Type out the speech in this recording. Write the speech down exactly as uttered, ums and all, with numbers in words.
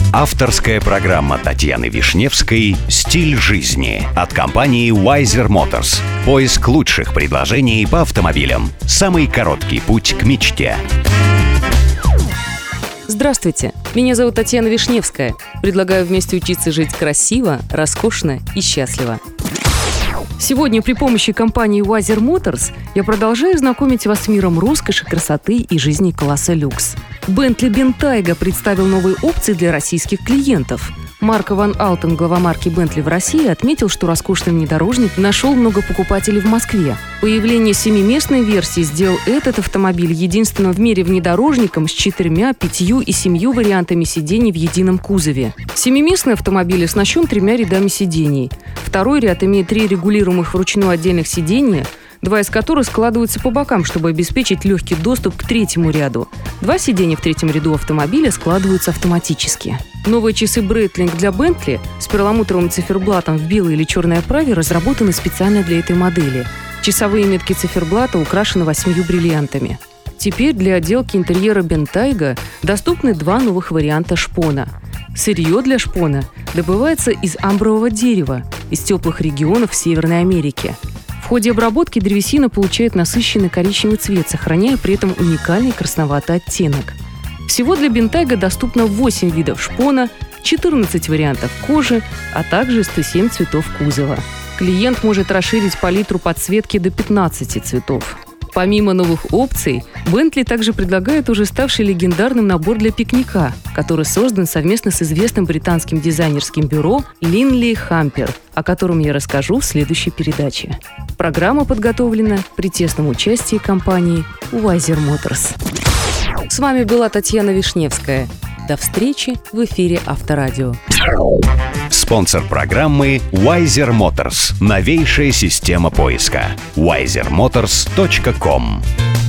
Авторская программа Татьяны Вишневской «Стиль жизни» от компании Wiser Motors. Поиск лучших предложений по автомобилям. Самый короткий путь к мечте. Здравствуйте, меня зовут Татьяна Вишневская. Предлагаю вместе учиться жить красиво, роскошно и счастливо. Сегодня при помощи компании Wiser Motors я продолжаю знакомить вас с миром роскоши, красоты и жизни класса люкс. Bentley Bentayga представил новые опции для российских клиентов. Марко ван Алтен, глава марки Bentley в России, отметил, что роскошный внедорожник нашел много покупателей в Москве. Появление семиместной версии сделал этот автомобиль единственным в мире внедорожником с четырьмя, пятью и семью вариантами сидений в едином кузове. Семиместный автомобиль оснащен тремя рядами сидений. Второй ряд имеет три регулируемых вручную отдельных сидения, два из которых складываются по бокам, чтобы обеспечить легкий доступ к третьему ряду. Два сидения в третьем ряду автомобиля складываются автоматически. Новые часы Breitling для Bentley с перламутровым циферблатом в белой или черной оправе разработаны специально для этой модели. Часовые метки циферблата украшены восьмью бриллиантами. Теперь для отделки интерьера Bentayga доступны два новых варианта шпона. Сырье для шпона добывается из амбрового дерева, из теплых регионов Северной Америки. В ходе обработки древесина получает насыщенный коричневый цвет, сохраняя при этом уникальный красноватый оттенок. Всего для Bentayga доступно восемь видов шпона, четырнадцать вариантов кожи, а также сто семь цветов кузова. Клиент может расширить палитру подсветки до пятнадцати цветов. Помимо новых опций, Bentley также предлагает уже ставший легендарным набор для пикника, который создан совместно с известным британским дизайнерским бюро Linley Hamper, о котором я расскажу в следующей передаче. Программа подготовлена при тесном участии компании Wiser Motors. С вами была Татьяна Вишневская. До встречи в эфире Авторадио. Спонсор программы Wiser Motors. Новейшая система поиска. вайзер моторс точка ком